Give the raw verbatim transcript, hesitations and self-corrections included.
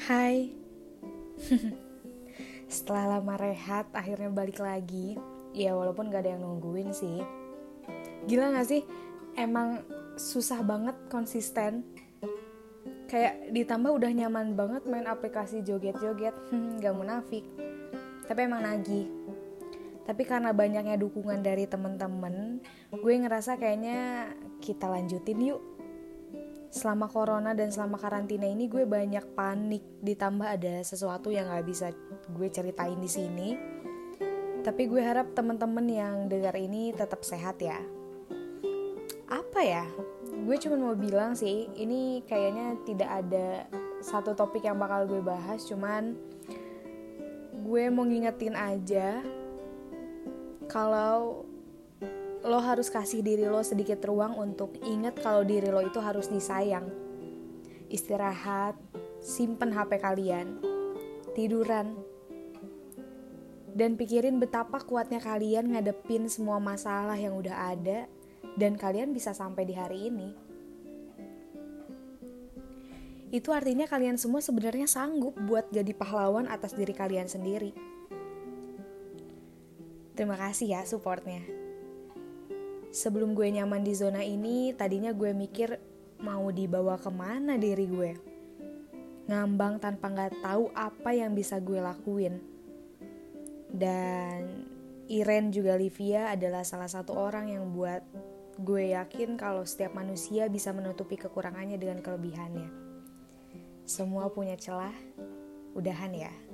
Hai, setelah lama rehat akhirnya balik lagi. Ya walaupun gak ada yang nungguin sih. Gila gak sih? Emang susah banget konsisten. Kayak ditambah udah nyaman banget main aplikasi joget-joget. Gak munafik, tapi emang nagih. Tapi karena banyaknya dukungan dari temen-temen, gue ngerasa kayaknya kita lanjutin yuk. Selama corona dan selama karantina ini gue banyak panik, ditambah ada sesuatu yang gak bisa gue ceritain di sini. Tapi gue harap teman-teman yang dengar ini tetap sehat ya. Apa ya? Gue cuma mau bilang sih, ini kayaknya tidak ada satu topik yang bakal gue bahas, cuman gue mau ngingetin aja kalau lo harus kasih diri lo sedikit ruang untuk inget kalau diri lo itu harus disayang. Istirahat, simpen H P kalian, tiduran, dan pikirin betapa kuatnya kalian ngadepin semua masalah yang udah ada dan kalian bisa sampai di hari ini. Itu artinya kalian semua sebenarnya sanggup buat jadi pahlawan atas diri kalian sendiri. Terima kasih ya supportnya. Sebelum gue nyaman di zona ini, tadinya gue mikir mau dibawa kemana diri gue. Ngambang tanpa gak tahu apa yang bisa gue lakuin. Dan Iren juga Livia adalah salah satu orang yang buat gue yakin kalau setiap manusia bisa menutupi kekurangannya dengan kelebihannya. Semua punya celah, udahan ya.